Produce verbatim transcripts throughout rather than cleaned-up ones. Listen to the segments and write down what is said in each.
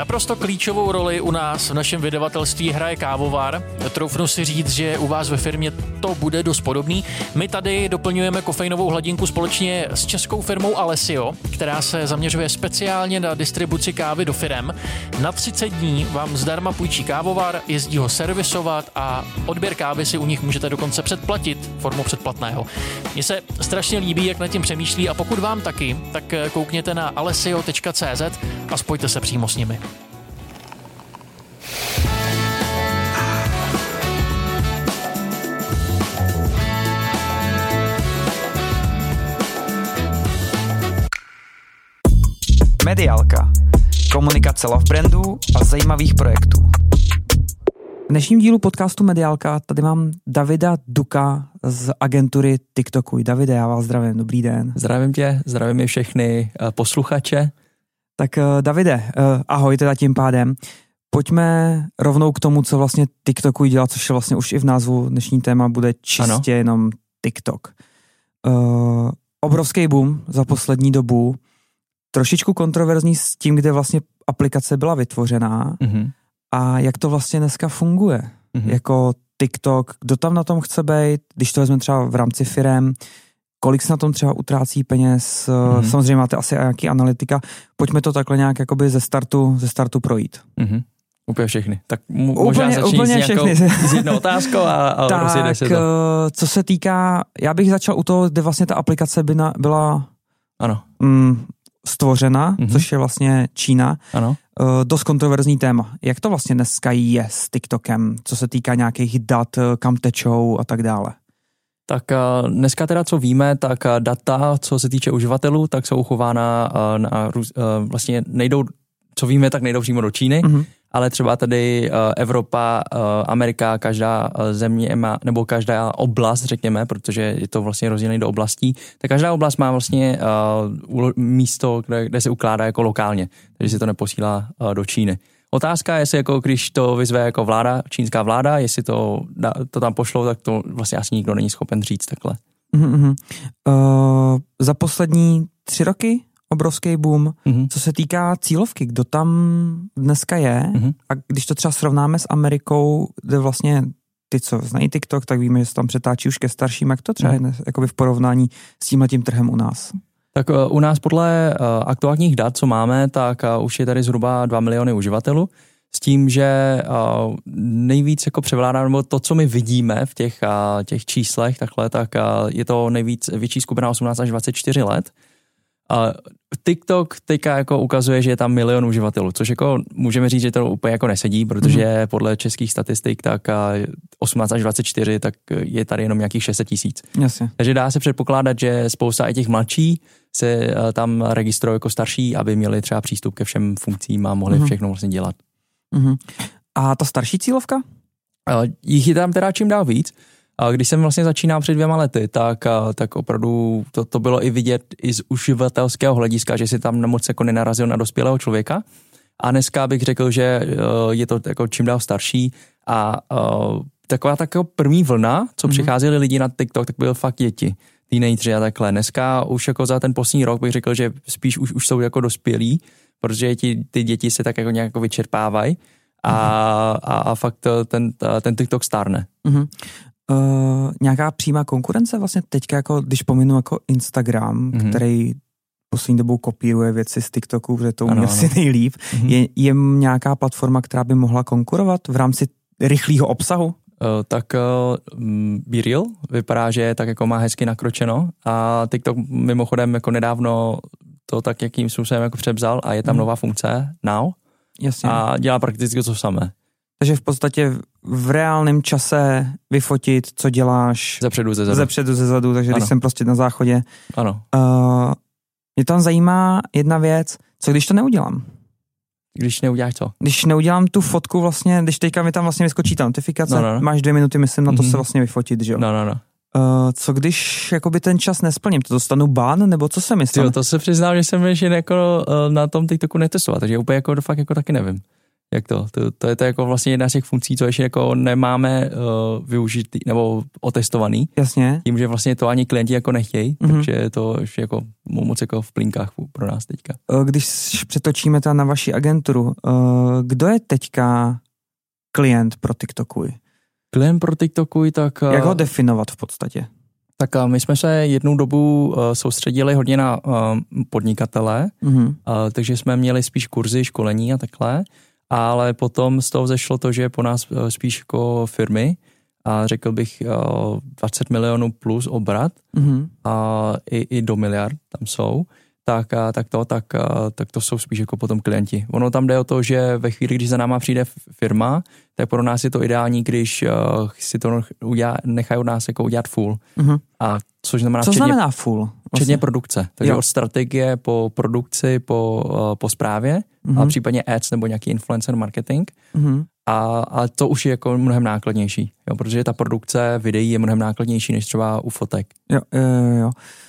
Naprosto klíčovou roli u nás v našem vydavatelství hraje kávovar. Troufnu si říct, že u vás ve firmě to bude dost podobný. My tady doplňujeme kofeinovou hladinku společně s českou firmou Alessio, která se zaměřuje speciálně na distribuci kávy do firem. Na třicet dní vám zdarma půjčí kávovar, jezdí ho servisovat a odběr kávy si u nich můžete dokonce předplatit formou předplatného. Mně se strašně líbí, jak nad tím přemýšlí, a pokud vám taky, tak koukněte na alessio tečka cé zet a spojte se přímo s nimi. Mediálka. Komunikace love brandů a zajímavých projektů. V dnešním dílu podcastu Mediálka tady mám Davida Duka z agentury TikToku. Davide, já vás zdravím, dobrý den. Zdravím tě, zdravím i všechny posluchače. Tak Davide, ahoj teda tím pádem. Pojďme rovnou k tomu, co vlastně TikToku dělá, což je vlastně už i v názvu dnešní téma bude čistě ano. jenom TikTok. Uh, obrovský boom za poslední dobu, trošičku kontroverzní s tím, kde vlastně aplikace byla vytvořená mm-hmm. a jak to vlastně dneska funguje. Mm-hmm. Jako TikTok, kdo tam na tom chce být, když to vezme třeba v rámci firem, kolik se na tom třeba utrácí peněz, mm-hmm. samozřejmě máte asi nějaký analytika, pojďme to takhle nějak jakoby ze startu, ze startu projít. Mm-hmm. Úplně všechny. Tak m- úplně, možná začít úplně s, nějakou, s jednou otázkou a, a tak, rozjede se to. Co se týká, já bych začal u toho, kde vlastně ta aplikace by na, byla ano. Mm, stvořena, mm-hmm. což je vlastně Čína. Ano. Uh, dost kontroverzní téma. Jak to vlastně dneska je s TikTokem, co se týká nějakých dat, kam tečou a tak dále? Tak uh, dneska teda, co víme, tak uh, data, co se týče uživatelů, tak jsou uchována uh, na, uh, vlastně nejdou, co víme, tak nejdou přímo do Číny, mm-hmm. ale třeba tady uh, Evropa, uh, Amerika, každá uh, země má, nebo každá oblast, řekněme, protože je to vlastně rozdělené do oblastí, tak každá oblast má vlastně uh, místo, kde, kde se ukládá jako lokálně, takže se to neposílá uh, do Číny. Otázka je, jestli jako, když to vyzve jako vláda, čínská vláda, jestli to, to tam pošlou, tak to vlastně asi nikdo není schopen říct takhle. Mm-hmm. Uh, za poslední tři roky obrovský boom. Mm-hmm. Co se týká cílovky, kdo tam dneska je, mm-hmm. a když to třeba srovnáme s Amerikou, kde vlastně ty, co znají TikTok, tak víme, že se tam přetáčí už ke starším, jak to třeba mm-hmm. je jakoby v porovnání s tímhletím trhem u nás? Tak u nás podle uh, aktuálních dat, co máme, tak uh, už je tady zhruba dva miliony uživatelů, s tím, že uh, nejvíc jako převládá, nebo to, co my vidíme v těch, uh, těch číslech, takhle, tak uh, je to nejvíc větší skupina osmnáct až dvacet čtyři let. Uh, TikTok teďka jako ukazuje, že je tam milion uživatelů, což jako můžeme říct, že to úplně jako nesedí, protože mm-hmm. podle českých statistik tak uh, osmnáct až dvacet čtyři, tak je tady jenom nějakých šest set tisíc. Jasně. Takže dá se předpokládat, že spousta i těch mladší se uh, tam registrují jako starší, aby měli třeba přístup ke všem funkcím a mohli mm-hmm. všechno vlastně dělat. Mm-hmm. A ta starší cílovka? Uh, jich je tam teda čím dál víc. Když jsem vlastně začínal před dvěma lety, tak, tak opravdu to, to bylo i vidět i z uživatelského hlediska, že si tam moc jako nenarazil na dospělého člověka. A dneska bych řekl, že je to jako čím dál starší a uh, taková taková první vlna, co mm-hmm. přicházeli lidi na TikTok, tak byl fakt děti, teenageři a takhle. Dneska už jako za ten poslední rok bych řekl, že spíš už, už jsou jako dospělí, protože ti, ty děti se tak jako nějak jako vyčerpávají a, mm-hmm. a, a fakt ten, ten TikTok stárne. Mm-hmm. Uh, nějaká přímá konkurence vlastně teďka, jako když pominu jako Instagram, mm-hmm. který poslední dobou kopíruje věci z TikToku, protože to umí asi nejlíp. Mm-hmm. Je, je nějaká platforma, která by mohla konkurovat v rámci rychlého obsahu? Uh, tak uh, BeReal vypadá, že tak jako má hezky nakročeno a TikTok mimochodem jako nedávno to tak jakým způsobem jako převzal a je tam mm. nová funkce Now. Jasně. A dělá prakticky to samé. Takže v podstatě v reálném čase vyfotit, co děláš zepředu, zezadu. Zepředu, zezadu, takže ano. Když jsem prostě na záchodě. Ano. Uh, mě tam zajímá jedna věc, co když to neudělám? Když neuděláš co? Když neudělám tu fotku vlastně, když teďka mi tam vlastně vyskočí ta notifikace, no, no, no. máš dvě minuty, myslím, na to mm-hmm. se vlastně vyfotit, že jo? No, no, no. Uh, co když jakoby ten čas nesplním? To dostanu ban, nebo co se mi stane? Jo, to se přiznám, že jsem ještě jako uh, na tom TikToku netestoval, takže úplně jako fakt jako taky nevím. Jak to? to? To je to jako vlastně jedna z těch funkcí, co ještě jako nemáme uh, využitý nebo otestovaný. Jasně. Tím, že vlastně to ani klienti jako nechtějí, mm-hmm. takže je to ještě jako moc jako v plínkách pro nás teďka. Když přetočíme to na vaši agenturu, kdo je teďka klient pro TikTokuj? Klient pro TikTokuj, tak... Jak ho definovat v podstatě? Tak my jsme se jednou dobu soustředili hodně na podnikatele, mm-hmm. takže jsme měli spíš kurzy, školení a takhle, ale potom z toho zešlo to, že je po nás spíš jako firmy a řekl bych dvacet milionů plus obrat mm-hmm. a i, i do miliard tam jsou. Tak, tak, to, tak, tak to jsou spíš jako potom klienti. Ono tam jde o to, že ve chvíli, když za náma přijde firma, tak pro nás je to ideální, když uh, si to udělá, nechají od nás jako udělat full. Uh-huh. A což znamená Co včetně, znamená full? Vlastně? Včetně produkce. Takže jo. Od strategie po produkci, po, uh, po správě uh-huh. a případně ads nebo nějaký influencer marketing. Uh-huh. A, a to už je jako mnohem nákladnější, jo, protože ta produkce videí je mnohem nákladnější než třeba u fotek. Jo, jo, jo.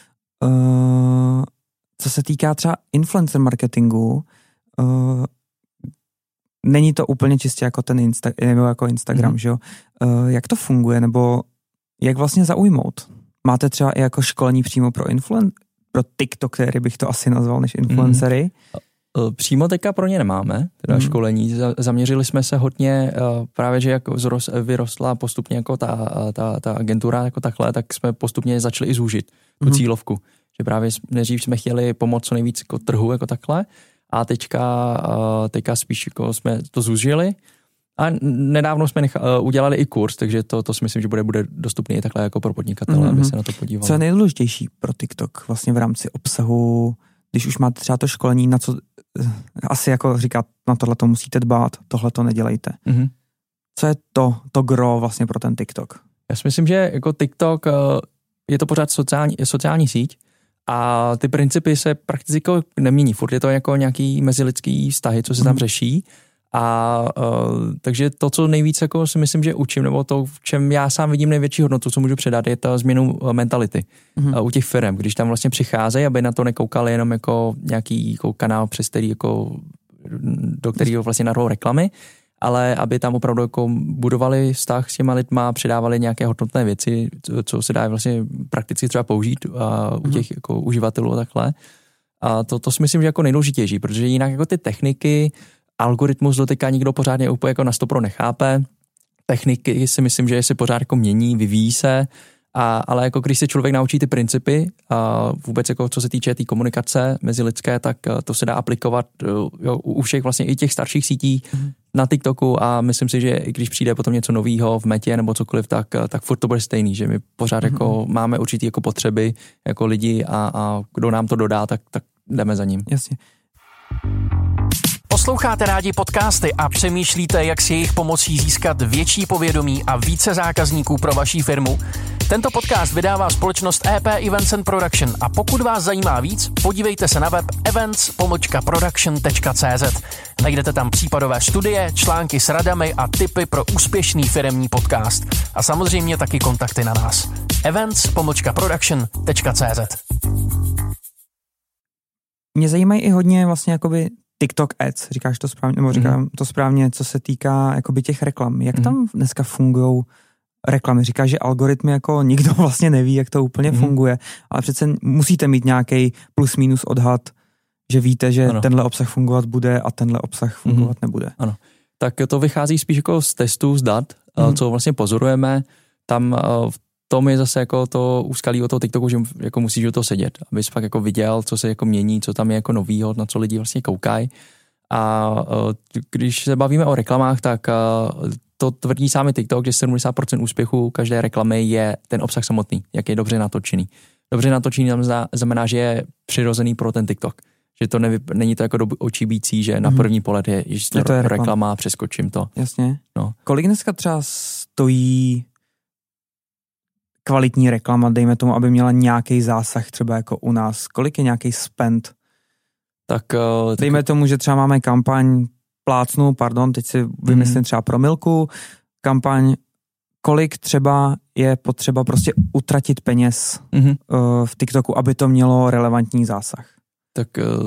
Uh... Co se týká třeba influencer marketingu, uh, není to úplně čistě jako ten Insta, nebo jako Instagram, mm. že jo? Uh, jak to funguje, nebo jak vlastně zaujmout? Máte třeba i jako školení přímo pro influen, pro TikTokery bych to asi nazval, než influencery? Mm. Přímo teďka pro ně nemáme, teda mm. školení. Zaměřili jsme se hodně uh, právě, že jak vzrost, vyrostla postupně jako ta, ta, ta agentura jako takhle, tak jsme postupně začali i zúžit tu mm. cílovku. Že právě nejdřív jsme chtěli pomoct co nejvíc jako trhu, jako takhle, a teďka, teďka spíš jako jsme to zúžili. A nedávno jsme nechali, udělali i kurz, takže to, to si myslím, že bude, bude dostupný i takhle jako pro podnikatele, mm-hmm. aby se na to podívali. Co je nejdůležitější pro TikTok vlastně v rámci obsahu, když už máte třeba to školení, na co asi jako říkat, na tohle to musíte dbát, tohle to nedělejte. Mm-hmm. Co je to, to gro vlastně pro ten TikTok? Já si myslím, že jako TikTok je to pořád sociální, sociální síť, a ty principy se prakticky nemění. Furt je to jako nějaký mezilidský vztahy, co se tam řeší. A uh, takže to, co nejvíc jako si myslím, že učím, nebo to, v čem já sám vidím největší hodnotu, co můžu předat, je ta změnu mentality mm-hmm. uh, u těch firm. Když tam vlastně přicházejí, aby na to nekoukali jenom jako nějaký jako kanál, přes který jako, do kterého vlastně narvou reklamy, ale aby tam opravdu jako budovali vztah s těma lidma, předávali nějaké hodnotné věci, co se dá vlastně prakticky třeba použít a u těch jako uživatelů a takhle. A to, to si myslím, že jako nejdůležitější, protože jinak jako ty techniky, algoritmus doteďka nikdo pořádně úplně jako na sto procent nechápe. Techniky si myslím, že se pořád jako mění, vyvíjí se, a, ale jako když se člověk naučí ty principy a vůbec jako co se týče té tý komunikace mezilidské, tak to se dá aplikovat jo, u všech vlastně i těch starších sítí mm. na TikToku, a myslím si, že i když přijde potom něco nového v Metě nebo cokoliv, tak, tak furt to bude stejný, že my pořád mm. jako máme určitý jako potřeby jako lidi, a, a kdo nám to dodá, tak, tak jdeme za ním. Jasně. Posloucháte rádi podcasty a přemýšlíte, jak si jejich pomocí získat větší povědomí a více zákazníků pro vaši firmu? Tento podcast vydává společnost E P Events and Production, a pokud vás zajímá víc, podívejte se na web events pomlčka production tečka cé zet. Najdete tam případové studie, články s radami a tipy pro úspěšný firemní podcast. A samozřejmě taky kontakty na nás. events pomlčka production tečka cé zet. Mě zajímají i hodně vlastně jakoby TikTok ads, říkáš to správně, nebo říkám mm. to správně, co se týká jakoby těch reklam. Jak mm. tam dneska fungují reklamy? Říkáš, že algoritmy jako nikdo vlastně neví, jak to úplně mm. funguje, ale přece musíte mít nějaký plus minus odhad, že víte, že ano. tenhle obsah fungovat bude a tenhle obsah fungovat mm. nebude. Ano. Tak to vychází spíš jako z testů, z dat, mm. co vlastně pozorujeme. Tam v tom je zase jako to úskalí o toho TikToku, že jako musíš do toho sedět, abys fakt jako viděl, co se jako mění, co tam je jako novýho, na co lidi vlastně koukají. A když se bavíme o reklamách, tak to tvrdí sám TikTok, že sedmdesát procent úspěchu každé reklamy je ten obsah samotný, jak je dobře natočený. Dobře natočený znamená, že je přirozený pro ten TikTok. Že to nevy, není to jako do očí bící, že na první pohled je, že to je reklama, reklama, přeskočím to. Jasně. No. Kolik dneska třeba stojí kvalitní reklama, dejme tomu, aby měla nějaký zásah třeba jako u nás? Kolik je nějaký spend? Tak, uh, dejme tak... tomu, že třeba máme kampaň plácnu, pardon, teď si vymyslím mm-hmm. třeba pro Milku, kampaň, kolik třeba je potřeba prostě utratit peněz mm-hmm. uh, v TikToku, aby to mělo relevantní zásah? Tak uh,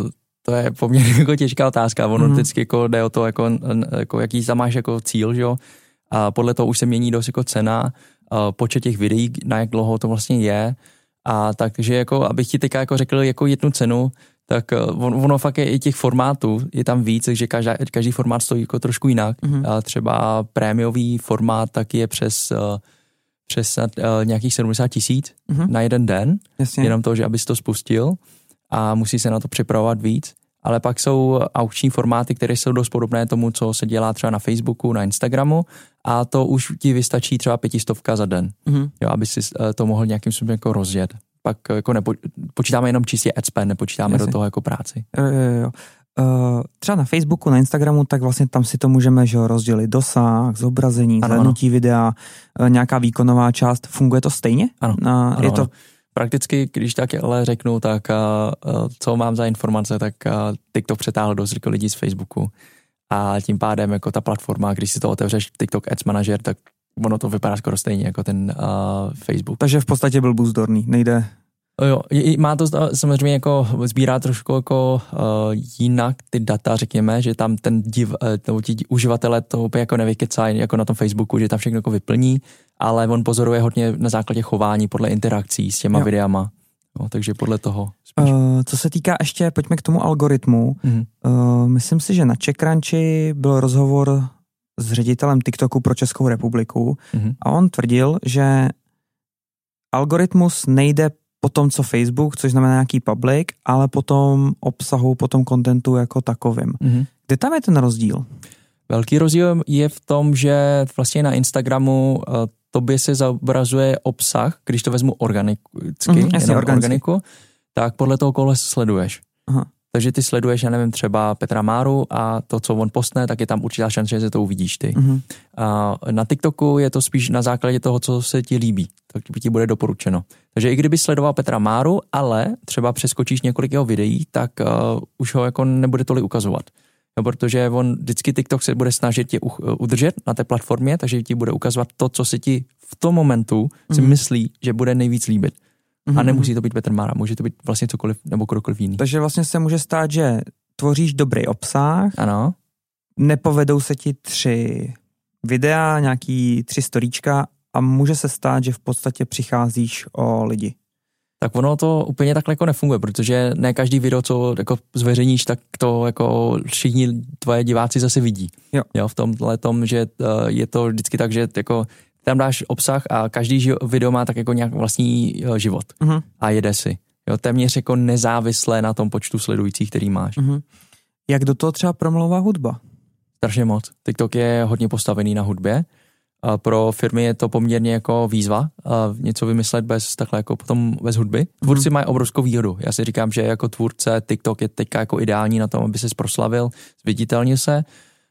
to je poměrně jako těžká otázka. Ono mm. vždycky jako jde o to, jako, jako jaký tam máš jako cíl, že jo? A podle toho už se mění dost jako cena, počet těch videí, na jak dlouho to vlastně je. A takže jako, abych ti teďka jako řekl jako jednu cenu, tak on, ono fakt je i těch formátů, je tam víc, takže každá, každý formát stojí jako trošku jinak. Mm. A třeba prémiový formát tak je přes, přes uh, nějakých sedmdesát tisíc mm. na jeden den. Jasně. Jenom to, že abys to spustil a musí se na to připravovat víc. Ale pak jsou aukční formáty, které jsou dost podobné tomu, co se dělá třeba na Facebooku, na Instagramu a to už ti vystačí třeba pětistovka za den, mm-hmm. jo, aby si to mohl nějakým způsobem jako rozjet. Pak jako nepo, počítáme jenom čistě ad spend, nepočítáme Jasně. do toho jako práci. Jo, jo, jo. Uh, třeba na Facebooku, na Instagramu, tak vlastně tam si to můžeme že, rozdělit dosah, zobrazení, zhlédnutí videa, uh, nějaká výkonová část. Funguje to stejně? Ano. Uh, ano, je to... ano. Prakticky, když tak ale řeknu, tak uh, co mám za informace, tak uh, TikTok přetáhl dost jako lidí z Facebooku a tím pádem jako ta platforma, když si to otevřeš TikTok Ads Manager, tak ono to vypadá skoro stejně jako ten uh, Facebook. Takže v podstatě byl buzdorný, nejde... Jo, má to samozřejmě jako, sbírá trošku jako uh, jinak ty data, řekněme, že tam ten div, uh, ti uživatelé to úplně jako nevykecají jako na tom Facebooku, že tam všechno jako vyplní, ale on pozoruje hodně na základě chování podle interakcí s těma jo. videama, jo, takže podle toho. Uh, co se týká ještě, pojďme k tomu algoritmu, mm-hmm. uh, myslím si, že na CzechCrunchi byl rozhovor s ředitelem TikToku pro Českou republiku mm-hmm. a on tvrdil, že algoritmus nejde po tom, co Facebook, což znamená nějaký public, ale po tom obsahu, po tom kontentu jako takovým. Mm-hmm. Kde tam je ten rozdíl? Velký rozdíl je v tom, že vlastně na Instagramu uh, tobě se zobrazuje obsah, když to vezmu organicky, mm-hmm, jasně, jenom organiku, tak podle toho, koho sleduješ. Aha. Takže ty sleduješ, já nevím, třeba Petra Máru a to, co on postne, tak je tam určitá šance, že se to uvidíš ty. Mm-hmm. A na TikToku je to spíš na základě toho, co se ti líbí, tak ti bude doporučeno. Takže i kdyby sledoval Petra Máru, ale třeba přeskočíš několik jeho videí, tak uh, už ho jako nebude tolik ukazovat. No, protože on vždycky TikTok se bude snažit tě udržet na té platformě, takže ti bude ukazovat to, co se ti v tom momentu mm-hmm. si myslí, že bude nejvíc líbit. A nemusí to být Petr Mára, může to být vlastně cokoliv nebo kdokoliv jiný. Takže vlastně se může stát, že tvoříš dobrý obsah, ano. nepovedou se ti tři videa, nějaký tři storíčka a může se stát, že v podstatě přicházíš o lidi. Tak ono to úplně takhle jako nefunguje, protože ne každý video, co jako zveřejníš, tak to jako všichni tvoje diváci zase vidí. Jo. Jo, v tomhle tom, že je to vždycky tak, že jako tam dáš obsah a každý video má tak jako nějak vlastní život uh-huh. a jede si. Jo, téměř jako nezávisle na tom počtu sledujících, který máš. Uh-huh. Jak do toho třeba promlouvá hudba? Strašně moc. TikTok je hodně postavený na hudbě. A pro firmy je to poměrně jako výzva a něco vymyslet bez takhle jako potom bez hudby. Tvůrci uh-huh. mají obrovskou výhodu. Já si říkám, že jako tvůrce TikTok je teďka jako ideální na tom, aby se proslavil, zviditelnil se.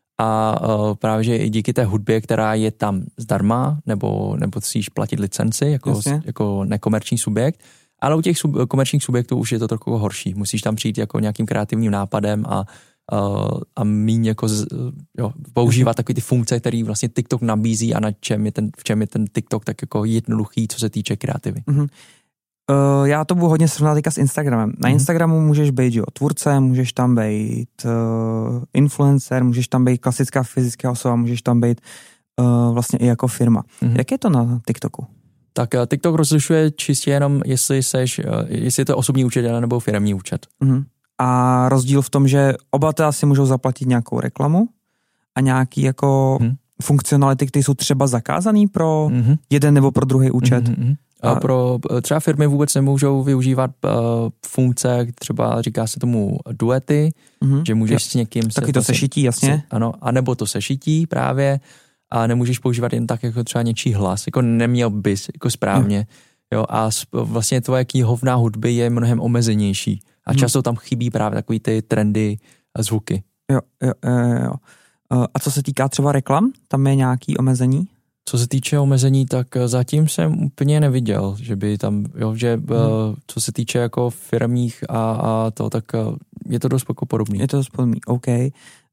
A uh, právě, že i díky té hudbě, která je tam zdarma, nebo, nebo musíš platit licenci jako, jako nekomerční subjekt, ale u těch sub, komerčních subjektů už je to trochu horší. Musíš tam přijít jako nějakým kreativním nápadem a, uh, a míň jako z, jo, používat takové ty funkce, které vlastně TikTok nabízí a na čem je ten, v čem je ten TikTok tak jako jednoduchý, co se týče kreativy. Mm-hmm. Uh, já to budu hodně srovnat teďka s Instagramem. Na mm-hmm. Instagramu můžeš být jo, tvůrce, můžeš tam být uh, influencer, můžeš tam být klasická fyzická osoba, můžeš tam být uh, vlastně i jako firma. Mm-hmm. Jak je to na TikToku? Tak uh, TikTok rozlišuje čistě jenom, jestli seš, uh, jestli je to osobní účet nebo firemní účet. Mm-hmm. A rozdíl v tom, že oba teda si můžou zaplatit nějakou reklamu a nějaký jako mm-hmm. funkcionality, které jsou třeba zakázaný pro mm-hmm. jeden nebo pro druhý účet. Mm-hmm. A pro třeba firmy vůbec nemůžou využívat uh, funkce, třeba říká se tomu duety, mm-hmm. že můžeš ja, s někým... Taky se, to sešití, jasně. Se, ano, anebo to sešití právě a nemůžeš používat jen tak jako třeba něčí hlas, jako neměl bys, jako správně. Mm. Jo, a vlastně tvoje knihovna hudby je mnohem omezenější a mm. často tam chybí právě takový ty trendy a zvuky. Jo, jo, jo, jo. A co se týká třeba reklam, tam je nějaký omezení? Co se týče omezení, tak zatím jsem úplně neviděl, že by tam, jo, že hmm. co se týče jako firmních a, a to, tak je to dost podobný. Je to dost podobný, OK. Uh,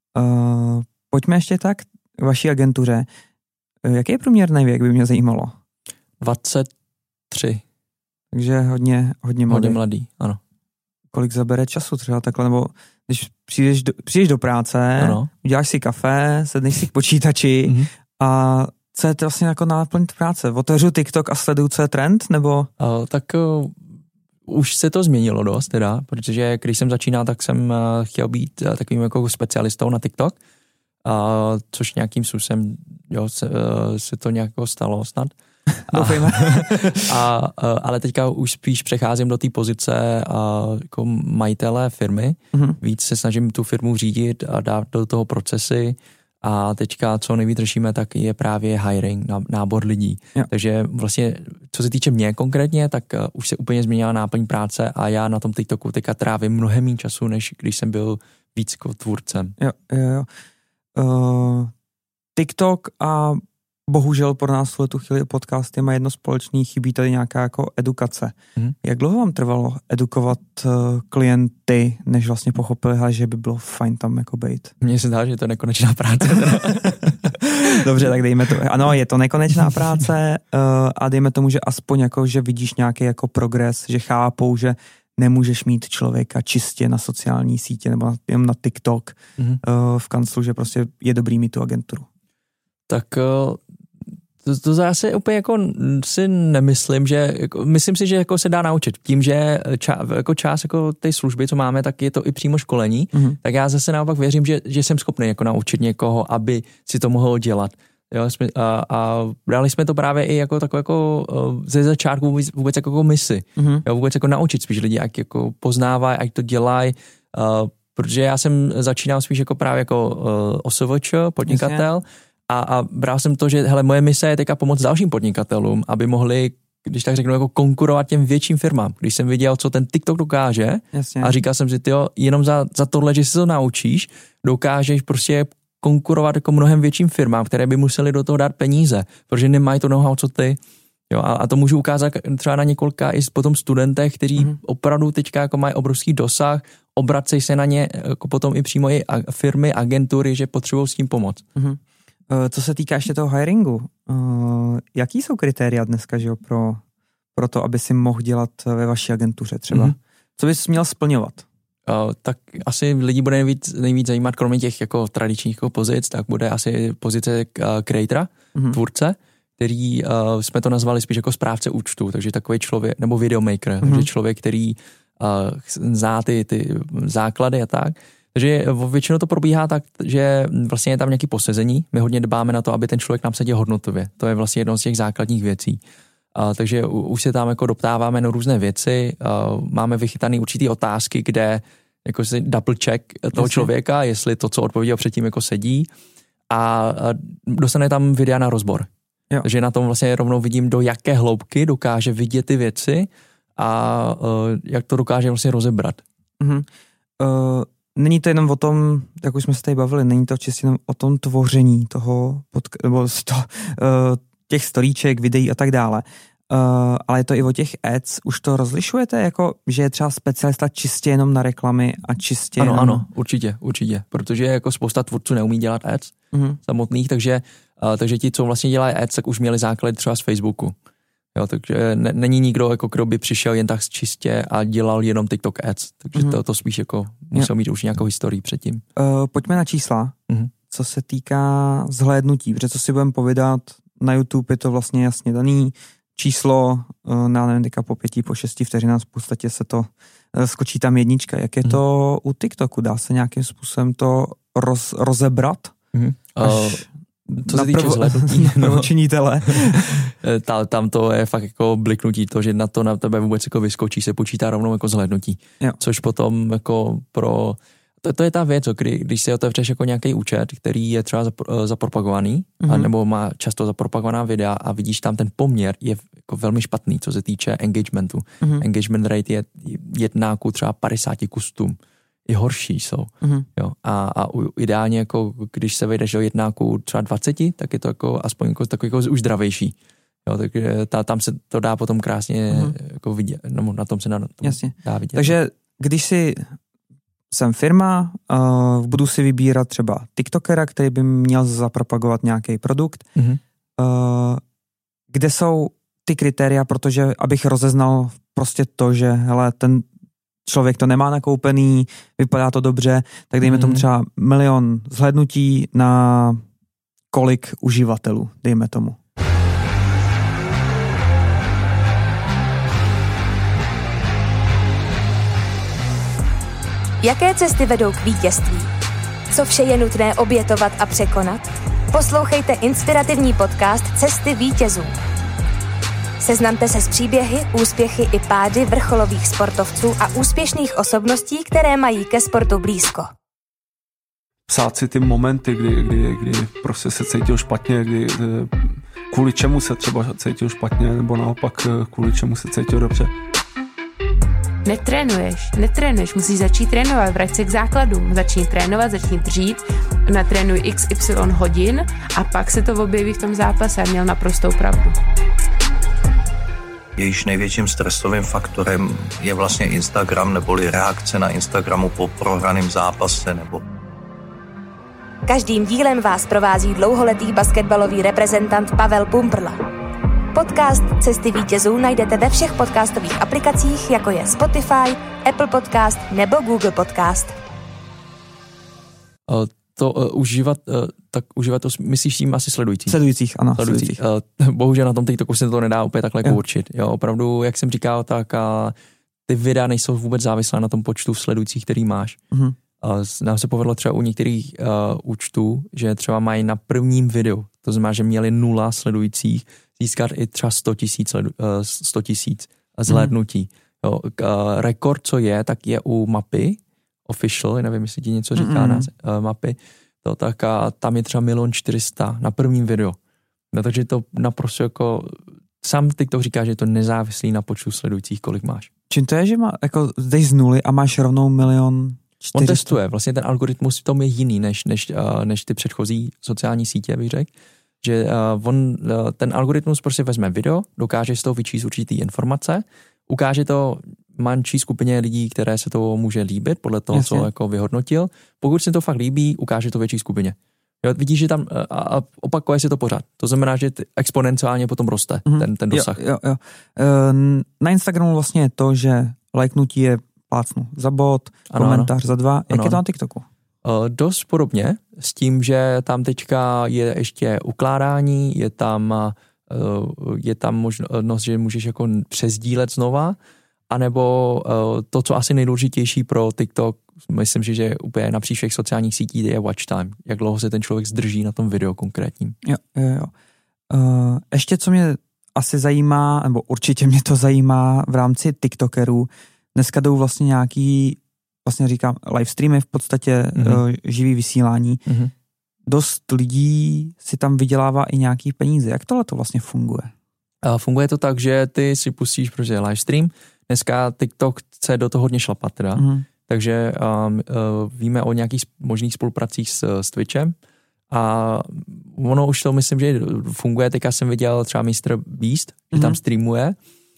pojďme ještě tak k vaší agentuře. Jaký je průměrný věk, by mě zajímalo? dvacet tři. Takže hodně, hodně mladý. Hodně mladý, ano. Kolik zabere času třeba takhle, nebo když přijdeš do, přijdeš do práce, ano. uděláš si kafe, sedneš si k počítači mm-hmm. a co je to vlastně jako náplň práce? Otevřu TikTok a sleduju, co je trend, nebo? Uh, tak uh, už se to změnilo dost teda, protože když jsem začínal, tak jsem uh, chtěl být uh, takovým jako specialistou na TikTok, uh, což nějakým způsobem jo, se, uh, se to nějak stalo snad. A, a, ale teďka už spíš přecházím do té pozice a, jako majitele firmy. Mm-hmm. Víc se snažím tu firmu řídit a dát do toho procesy a teďka, co nejvíc řešíme, tak je právě hiring, nábor lidí. Jo. Takže vlastně, co se týče mě konkrétně, tak uh, už se úplně změnila náplň práce a já na tom TikToku teďka trávím mnohem méně času, než když jsem byl víc jako tvůrcem. Jo, jo, jo. Uh, TikTok a bohužel pro nás v tu chvíli podcasty má jedno společný, chybí tady nějaká jako edukace. Hmm. Jak dlouho vám trvalo edukovat uh, klienty, než vlastně pochopili, že by bylo fajn tam jako bejt? Mně se zdá, že je to nekonečná práce. Dobře, tak dejme to. Ano, je to nekonečná práce uh, a dejme tomu, že aspoň jako, že vidíš nějaký jako progres, že chápou, že nemůžeš mít člověka čistě na sociální sítě nebo jenom na TikTok hmm. uh, v kanclu, že prostě je dobrý mít tu agenturu. Tak uh... To, to zase úplně jako si nemyslím, že jako, myslím si, že jako se dá naučit. Tím, že ča, jako část jako té služby, co máme, tak je to i přímo školení, mm-hmm. tak já zase naopak věřím, že, že jsem schopný jako naučit někoho, aby si to mohl dělat. Jo, jsme, a, a brali jsme to právě i jako takové jako ze začátku vůbec, vůbec jako, jako misi. Mm-hmm. Jo, vůbec jako naučit spíš lidi, jak jako poznávají, jak to dělají, uh, protože já jsem začínal spíš jako právě jako uh, O S V Č, podnikatel, Jasně. A, a bral jsem to, že hele, moje mise je teďka pomoct dalším podnikatelům, aby mohli, když tak řeknu, jako konkurovat těm větším firmám. Když jsem viděl, co ten TikTok dokáže, Jasně. a říkal jsem si, tyjo, jenom za, za tohle, že si to naučíš, dokážeš prostě konkurovat jako mnohem větším firmám, které by museli do toho dát peníze, protože nemají to know-how, co ty. Jo, a, a to můžu ukázat třeba na několika i potom studentech, kteří mm-hmm. opravdu teďka jako mají obrovský dosah, obracej se na ně jako potom i přímo i firmy, agentury, že potřebují s tím pomoct. Mm-hmm. Co se týká ještě toho hiringu, jaký jsou kritéria dneska, že jo, pro, pro to, aby si mohl dělat ve vaší agentuře třeba? Mm-hmm. Co bys měl splňovat? Uh, tak asi lidi bude nejvíc, nejvíc zajímat, kromě těch jako tradičních jako pozic, tak bude asi pozice uh, creatora, mm-hmm. tvůrce, který uh, jsme to nazvali spíš jako správce účtu, takže takový člověk, nebo videomaker, mm-hmm. takže člověk, který uh, zná ty, ty základy a tak. Takže většinou to probíhá tak, že vlastně je tam nějaké posezení. My hodně dbáme na to, aby ten člověk nám seděl hodnotově. To je vlastně jedno z těch základních věcí. Uh, takže už se tam jako doptáváme na různé věci. Uh, máme vychytané určitý otázky, kde jako si double check toho Jasně. člověka, jestli to, co odpověděl předtím, jako sedí. A uh, dostane tam videa na rozbor. Jo. Takže na tom vlastně rovnou vidím, do jaké hloubky dokáže vidět ty věci a uh, jak to dokáže vlastně rozebrat. Mhm. Uh... Není to jenom o tom, jak už jsme se tady bavili, není to čistě jenom o tom tvoření toho, podk- nebo sto, uh, těch storíček, videí a tak dále. Uh, ale je to i o těch ads. Už to rozlišujete, jako, že je třeba specialista čistě jenom na reklamy a čistě Ano, jenom... ano, určitě, určitě. Protože jako spousta tvůrců neumí dělat ads mm-hmm. samotných, takže, uh, takže ti, co vlastně dělají ads, tak už měli základ třeba z Facebooku. Jo, takže ne, není nikdo, jako, kdo by přišel jen tak čistě a dělal jenom TikTok ads. Takže mm-hmm. to, to spíš jako musel mít už nějakou historii předtím. Uh, pojďme na čísla. Mm-hmm. Co se týká zhlédnutí, protože co si budeme povídat, na YouTube je to vlastně jasně daný. Číslo, uh, na nevím, teďka po pěti, po šesti vteřinách v podstatě se to uh, skočí tam jednička. Jak je mm-hmm. to u TikToku? Dá se nějakým způsobem to roz, rozebrat? Mm-hmm. Až... Uh... Co se týče zhlédnutí, no, činitele. Ta, tam to je fakt jako bliknutí, to, že na to na tebe vůbec jako vyskočí, se počítá rovnou jako zhlédnutí. Jo. Což potom jako pro... To, to je ta věc, kdy, když si otevřeš jako nějaký účet, který je třeba zapropagovaný, mm-hmm. a nebo má často zapropagovaná videa a vidíš tam ten poměr, je jako velmi špatný, co se týče engagementu. Mm-hmm. Engagement rate je jedna ku třeba padesáti kusům. I horší jsou. Mm-hmm. Jo. A, a ideálně, jako, když se vejdeš do jednáku třeba dvaceti, tak je to jako aspoň jako, takový jako už zdravější. Jo, takže ta, tam se to dá potom krásně mm-hmm. jako vidět. No, na tom se na tom Jasně. dá vidět. Takže když si jsem firma, uh, budu si vybírat třeba TikTokera, který by měl zapropagovat nějaký produkt, mm-hmm. uh, kde jsou ty kritéria, protože abych rozeznal prostě to, že hele, ten člověk to nemá nakoupený, vypadá to dobře, tak dejme mm. tomu třeba milion zhlédnutí na kolik uživatelů, dejme tomu. Jaké cesty vedou k vítězství? Co vše je nutné obětovat a překonat? Poslouchejte inspirativní podcast Cesty vítězů. Seznamte se s příběhy, úspěchy i pády vrcholových sportovců a úspěšných osobností, které mají ke sportu blízko. Psát si ty momenty, kdy, kdy, kdy prostě se cítil špatně, kdy, kvůli čemu se třeba cítil špatně, nebo naopak kvůli čemu se cítil dobře. Netrénuješ, netrénuješ, musíš začít trénovat, vrať se k základům, začni trénovat, začni dřít, natrénuj iks ypsilon hodin a pak se to objeví v tom zápase a měl naprostou pravdu. Jejíž největším stresovým faktorem je vlastně Instagram neboli reakce na Instagramu po prohraném zápase nebo Každým dílem vás provází dlouholetý basketbalový reprezentant Pavel Pumprla. Podcast Cesty vítězů najdete ve všech podcastových aplikacích, jako je Spotify, Apple Podcast nebo Google Podcast. Uh, to uh, užívat, uh, tak užívat to myslíš tím asi sledujících? Sledujících, ano. Sledujících. Uh, bohužel na tom TikToku se to nedá úplně takhle jako určit. Jo, opravdu, jak jsem říkal, tak uh, ty videa nejsou vůbec závislé na tom počtu sledujících, který máš. Uh-huh. Uh, nám se povedlo třeba u některých uh, účtů, že třeba mají na prvním videu, to znamená, že měli nula sledujících, získat i třeba sto tisíc sto tisíc zhlédnutí. Jo, uh, rekord, co je, tak je u mapy, official, nevím, jestli ti něco říká mm-hmm. nás, uh, mapy, to tak a tam je třeba milion čtyřista na prvním videu. No, takže to naprosto jako, sám TikTok říká, že je to nezávislý na počtu sledujících, kolik máš. Čím to je, že má, jako jdeš z nuly a máš rovnou milion čtyřista? On testuje, vlastně ten algoritmus v tom je jiný, než, než, uh, než ty předchozí sociální sítě, bych řekl. Že uh, on, uh, ten algoritmus prostě vezme video, dokáže z toho vyčíst určitý informace, ukáže to menší skupině lidí, které se to může líbit, podle toho, Jasně. co jako vyhodnotil. Pokud se to fakt líbí, ukáže to větší skupině. Jo, vidíš, že tam uh, a opakuje se to pořád. To znamená, že exponenciálně potom roste mm-hmm. ten, ten dosah. Jo, jo, jo. Uh, na Instagramu vlastně je to, že lajknutí je plácnu za bod, ano, komentář ano. za dva. Jak ano. je to na TikToku? Uh, dost podobně, s tím, že tam teďka je ještě ukládání, je tam, uh, je tam možnost, že můžeš jako přesdílet znova, anebo uh, to, co asi nejdůležitější pro TikTok, myslím, že, že úplně napříč všech sociálních sítí je watch time, jak dlouho se ten člověk zdrží na tom videu konkrétním. Jo, jo, jo. Uh, ještě co mě asi zajímá, nebo určitě mě to zajímá v rámci TikTokerů, dneska jdou vlastně nějaký vlastně říkám, live streamy v podstatě mm-hmm. uh, živý vysílání. Mm-hmm. Dost lidí si tam vydělává i nějaký peníze. Jak tohle to vlastně funguje? Uh, funguje to tak, že ty si pustíš prostě live stream. Dneska TikTok chce do toho hodně šlapat teda. Mm-hmm. Takže um, uh, víme o nějakých možných spolupracích s, s Twitchem. A ono už to myslím, že funguje. Teďka jsem viděl třeba míster Beast, že mm-hmm. tam streamuje.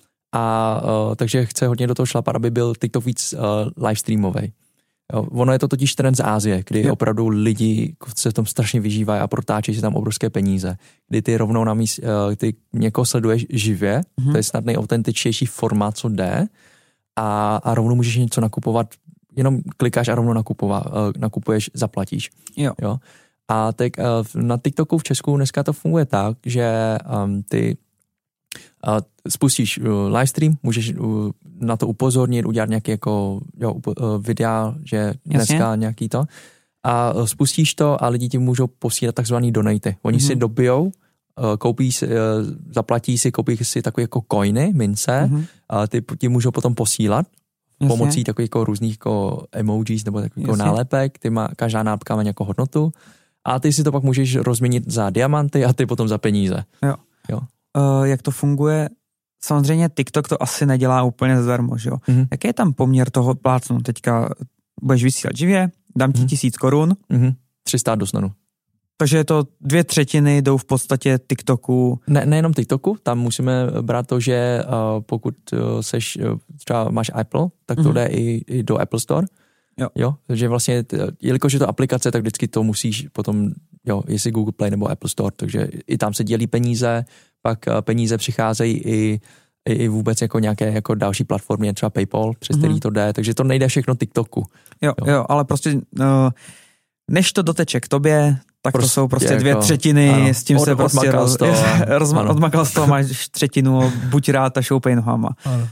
A uh, takže chce hodně do toho šlapat, aby byl TikTok víc uh, livestreamovej. Jo, ono je to totiž trend z Ázie, kdy jo. opravdu lidi se v tom strašně vyžívají a protáčí si tam obrovské peníze. Kdy ty rovnou na míst, uh, ty někoho sleduješ živě, mm-hmm. to je snad nejautentičtější formát, co jde, a, a rovnou můžeš něco nakupovat, jenom klikáš a rovnou nakupova, uh, nakupuješ, zaplatíš. Jo. Jo? A tak uh, na TikToku v Česku dneska to funguje tak, že um, ty Uh, spustíš uh, livestream, můžeš uh, na to upozornit, udělat nějaký jako jo, uh, videa, že dneska Jasně. nějaký to. A uh, spustíš to a lidi ti můžou posílat takzvaný donaty. Oni mm-hmm. si dobijou, uh, koupí si, uh, zaplatí si, koupí si takové jako coiny, mince, mm-hmm. a ty ti můžou potom posílat Jasně. pomocí takových jako různých jako emojis nebo takových jako nálepek. Ty má, každá nálepka má nějakou hodnotu a ty si to pak můžeš rozměnit za diamanty a ty potom za peníze. Jo. Jo. Uh, jak to funguje? Samozřejmě TikTok to asi nedělá úplně zdarma, že jo? Mm-hmm. Jaký je tam poměr toho plácnu? Teďka budeš vysílat živě, dám ti mm-hmm. tisíc korun. Mm-hmm. tři sta dostanu. Takže je to dvě třetiny jdou v podstatě TikToku. Ne, nejenom TikToku, tam musíme brát to, že uh, pokud uh, seš, uh, třeba máš Apple, tak to mm-hmm. jde i, i do Apple Store. Jo. jo. Takže vlastně, jelikož je to aplikace, tak vždycky to musíš potom, jo, jestli Google Play nebo Apple Store, takže i tam se dělí peníze, pak peníze přicházejí i, i, i vůbec jako nějaké jako další platformy, třeba PayPal, přes mm-hmm. který to jde, takže to nejde všechno TikToku. Jo, jo, jo ale prostě no, než to doteče k tobě, tak prostě, to jsou prostě dvě jako, třetiny, ano, s tím od, se prostě roz, to, roz, odmakal z toho, máš třetinu, buď rád a šoupej nohama. Ano.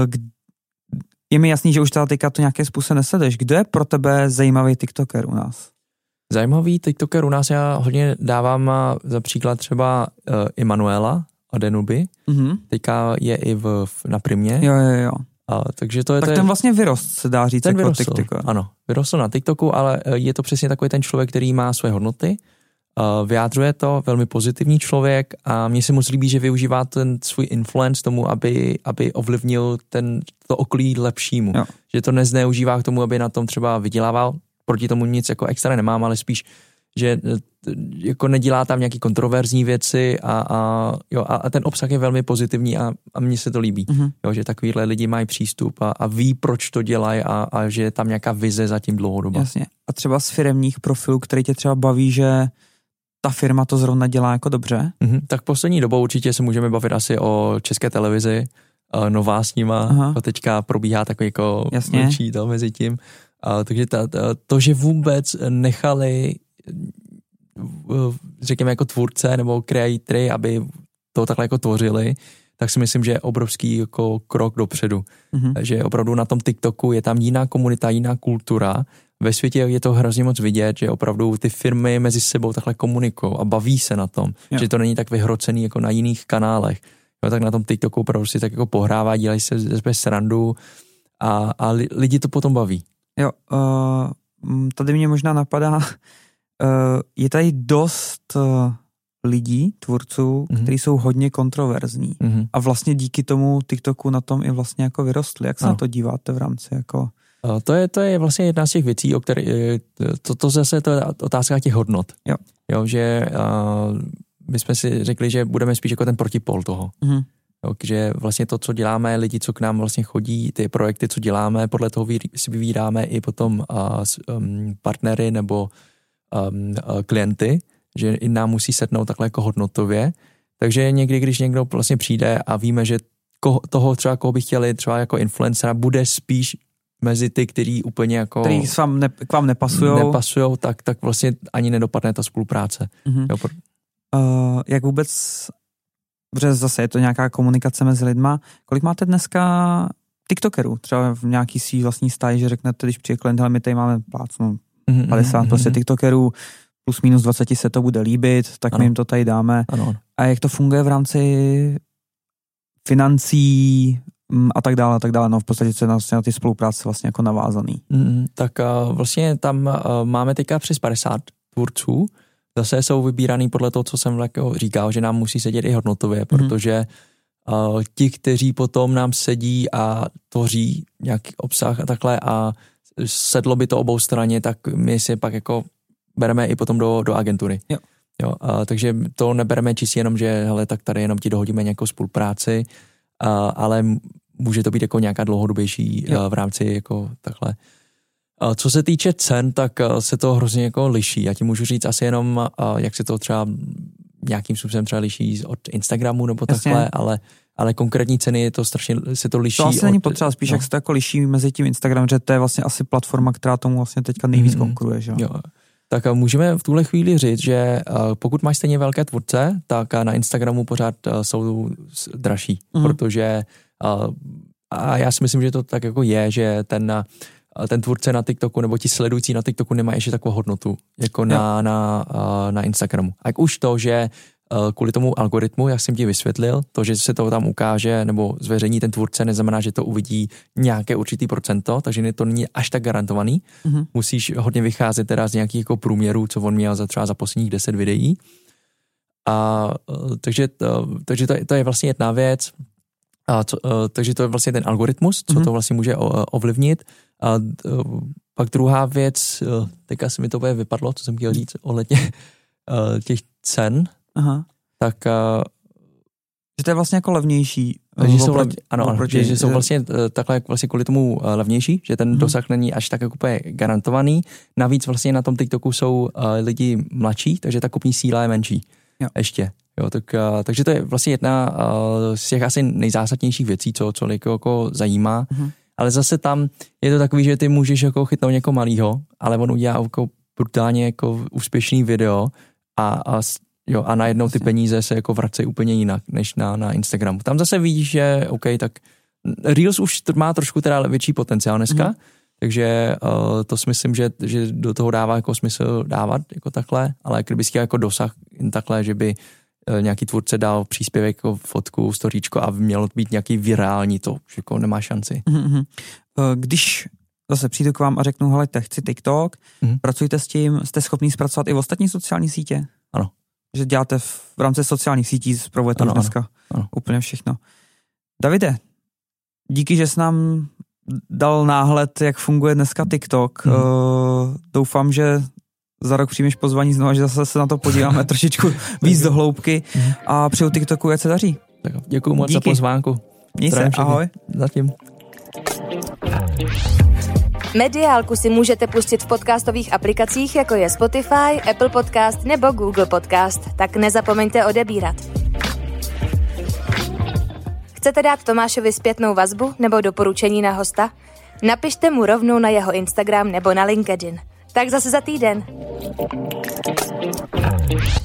Je mi jasný, že už teda teďka to nějaké způsob nesleduješ. Kdo je pro tebe zajímavý TikToker u nás? Zajímavý TikToker u nás já hodně dávám za příklad třeba uh, Emanuela Adenuby. Mm-hmm. Teďka je i v, v, na Primě. Jo, jo, jo. A, takže to je, tak to je, ten vlastně vyrost, se dá říct, ten jako vyrostl, TikToker. Ano, vyrostl na TikToku, ale je to přesně takový ten člověk, který má své hodnoty, uh, vyjádřuje to, velmi pozitivní člověk a mně se moc líbí, že využívá ten svůj influence tomu, aby, aby ovlivnil ten, to okolí lepšímu. Jo. Že to nezneužívá k tomu, aby na tom třeba vydělával, proti tomu nic jako extra nemám, ale spíš, že jako nedělá tam nějaký kontroverzní věci a, a, jo, a, a ten obsah je velmi pozitivní a, a mně se to líbí, mm-hmm. jo, že takovýhle lidi mají přístup a, a ví, proč to dělají a, a že je tam nějaká vize za tím dlouhodobá. Jasně. A třeba z firemních profilů, který tě třeba baví, že ta firma to zrovna dělá jako dobře? Mm-hmm. Tak poslední dobou určitě se můžeme bavit asi o České televizi, Nová s nima, a teďka probíhá takový jako mlčí to mezi tím. A, takže ta, ta, to, že vůbec nechali řekněme jako tvůrce nebo creatory, aby to takhle jako tvořili, tak si myslím, že je obrovský jako krok dopředu. Mm-hmm. Že opravdu na tom TikToku je tam jiná komunita, jiná kultura. Ve světě je to hrozně moc vidět, že opravdu ty firmy mezi sebou takhle komunikují a baví se na tom. Jo. Že to není tak vyhrocený jako na jiných kanálech. Jo, tak na tom TikToku opravdu si tak jako pohrává, dělají se bez srandu a, a lidi to potom baví. Jo, uh, tady mě možná napadá, uh, je tady dost uh, lidí, tvůrců, mm-hmm. kteří jsou hodně kontroverzní mm-hmm. a vlastně díky tomu TikToku na tom i vlastně jako vyrostli. Jak se no. na to díváte v rámci jako... Uh, to, je, to je vlastně jedna z těch věcí, o které, to, to zase to je otázka těch hodnot. Jo. Jo, že uh, my jsme si řekli, že budeme spíš jako ten protipol toho. Mm-hmm. Jo, že vlastně to, co děláme, lidi, co k nám vlastně chodí, ty projekty, co děláme, podle toho si vybíráme i potom uh, um, partnery nebo um, uh, klienty, že i nám musí setnout takhle jako hodnotově. Takže někdy, když někdo vlastně přijde a víme, že koho, toho třeba, koho by chtěli třeba jako influencera, bude spíš mezi ty, který úplně jako... Který s vám ne, k vám nepasujou. Nepasujou, tak, tak vlastně ani nedopadne ta spolupráce. Mm-hmm. Jo, pro... uh, jak vůbec... Protože zase je to nějaká komunikace mezi lidma. Kolik máte dneska TikTokerů? Třeba v nějaký svý vlastní stáji, že řeknete, když přijde klient, ale my tady máme plácnu mm-hmm, padesát mm-hmm. prostě TikTokerů, plus minus dvacet se to bude líbit, tak ano. my jim to tady dáme. Ano. A jak to funguje v rámci financí a tak dále, a tak dále. No v podstatě se na, na ty spolupráce vlastně jako navázaný. Mm, tak uh, vlastně tam uh, máme teďka přes padesát tvůrců. Zase jsou vybíraný podle toho, co jsem říkal, že nám musí sedět i hodnotově, mm-hmm. protože uh, ti, kteří potom nám sedí a tvoří nějaký obsah a takhle a sedlo by to obou straně, tak my si pak jako bereme i potom do, do agentury. Jo. Jo, uh, takže to nebereme čistě jenom, že hele, tak tady jenom ti dohodíme nějakou spolupráci, uh, ale může to být jako nějaká dlouhodobější uh, v rámci jako takhle. Co se týče cen, tak se to hrozně jako liší. Já ti můžu říct asi jenom, jak se to třeba nějakým způsobem třeba liší od Instagramu nebo Jasně. takhle, ale, ale konkrétní ceny je to strašně, se to liší. To asi od, není potřeba, spíš no. jak se to jako liší mezi tím Instagramem, že to je vlastně asi platforma, která tomu vlastně teďka nejvíc mm-hmm. konkuruje, že jo? Tak můžeme v tuhle chvíli říct, že pokud máš stejně velké tvůrce, tak na Instagramu pořád jsou dražší, mm-hmm. protože a já si myslím, že to tak jako je, že ten ten tvůrce na TikToku nebo ti sledující na TikToku nemají ještě takovou hodnotu jako na, na, na Instagramu. A jak už to, že kvůli tomu algoritmu, jak jsem ti vysvětlil, to, že se to tam ukáže nebo zveřejní ten tvůrce, neznamená, že to uvidí nějaké určitý procento, takže to není až tak garantovaný. Mm-hmm. Musíš hodně vycházet teda z nějakých jako průměrů, co on měl za třeba za posledních deset videí. A takže, takže to, to je vlastně jedna věc. A co, takže to je vlastně ten algoritmus, co mm-hmm. to vlastně může ovlivnit. A pak druhá věc, teďka se mi to bude vypadlo, co jsem chtěl říct ohledně těch cen. Aha. Tak... Že to je vlastně jako levnější. Že jsou, oproti, ano, oproti, že, že jsou vlastně takhle vlastně kvůli tomu levnější, že ten mm-hmm. dosah není až tak jako úplně garantovaný. Navíc vlastně na tom TikToku jsou lidi mladší, takže ta kupní síla je menší. Jo. Ještě. Jo, tak, uh, takže to je vlastně jedna uh, z těch asi nejzásadnějších věcí, co, co někoho jako zajímá. Mm-hmm. Ale zase tam je to takový, že ty můžeš jako chytnout někoho malýho, ale on udělá jako brutálně jako úspěšný video a, a, jo, a najednou ty peníze se jako vracejí úplně jinak, než na, na Instagramu. Tam zase vidíš, že OK, tak Reels už má trošku teda větší potenciál dneska, mm-hmm. takže uh, to si myslím, že, že do toho dává jako smysl dávat jako takhle, ale kdyby si jako dosah jen takhle, že by uh, nějaký tvůrce dal příspěvek, jako fotku, storíčko a mělo být nějaký virální, to už jako nemá šanci. Mm-hmm. Když zase přijdu k vám a řeknu, hele, chci TikTok, mm-hmm. pracujte s tím, jste schopný zpracovat i v ostatní sociální sítě? Ano. Že děláte v, v rámci sociálních sítí, zpravujete ano, dneska ano, ano. úplně všechno. Davide, díky, že jsi nám dal náhled, jak funguje dneska TikTok. Mm. Uh, doufám, že za rok přijmeš pozvání znovu, že zase se na to podíváme trošičku víc do hloubky mm. a přeju TikToku, ať se daří. Tak děkuju moc díky za pozvánku. Měj se, ahoj. Zatím. Mediálku si můžete pustit v podcastových aplikacích, jako je Spotify, Apple Podcast nebo Google Podcast, tak nezapomeňte odebírat. Chcete dát Tomášovi zpětnou vazbu nebo doporučení na hosta? Napište mu rovnou na jeho Instagram nebo na LinkedIn. Tak zase za týden.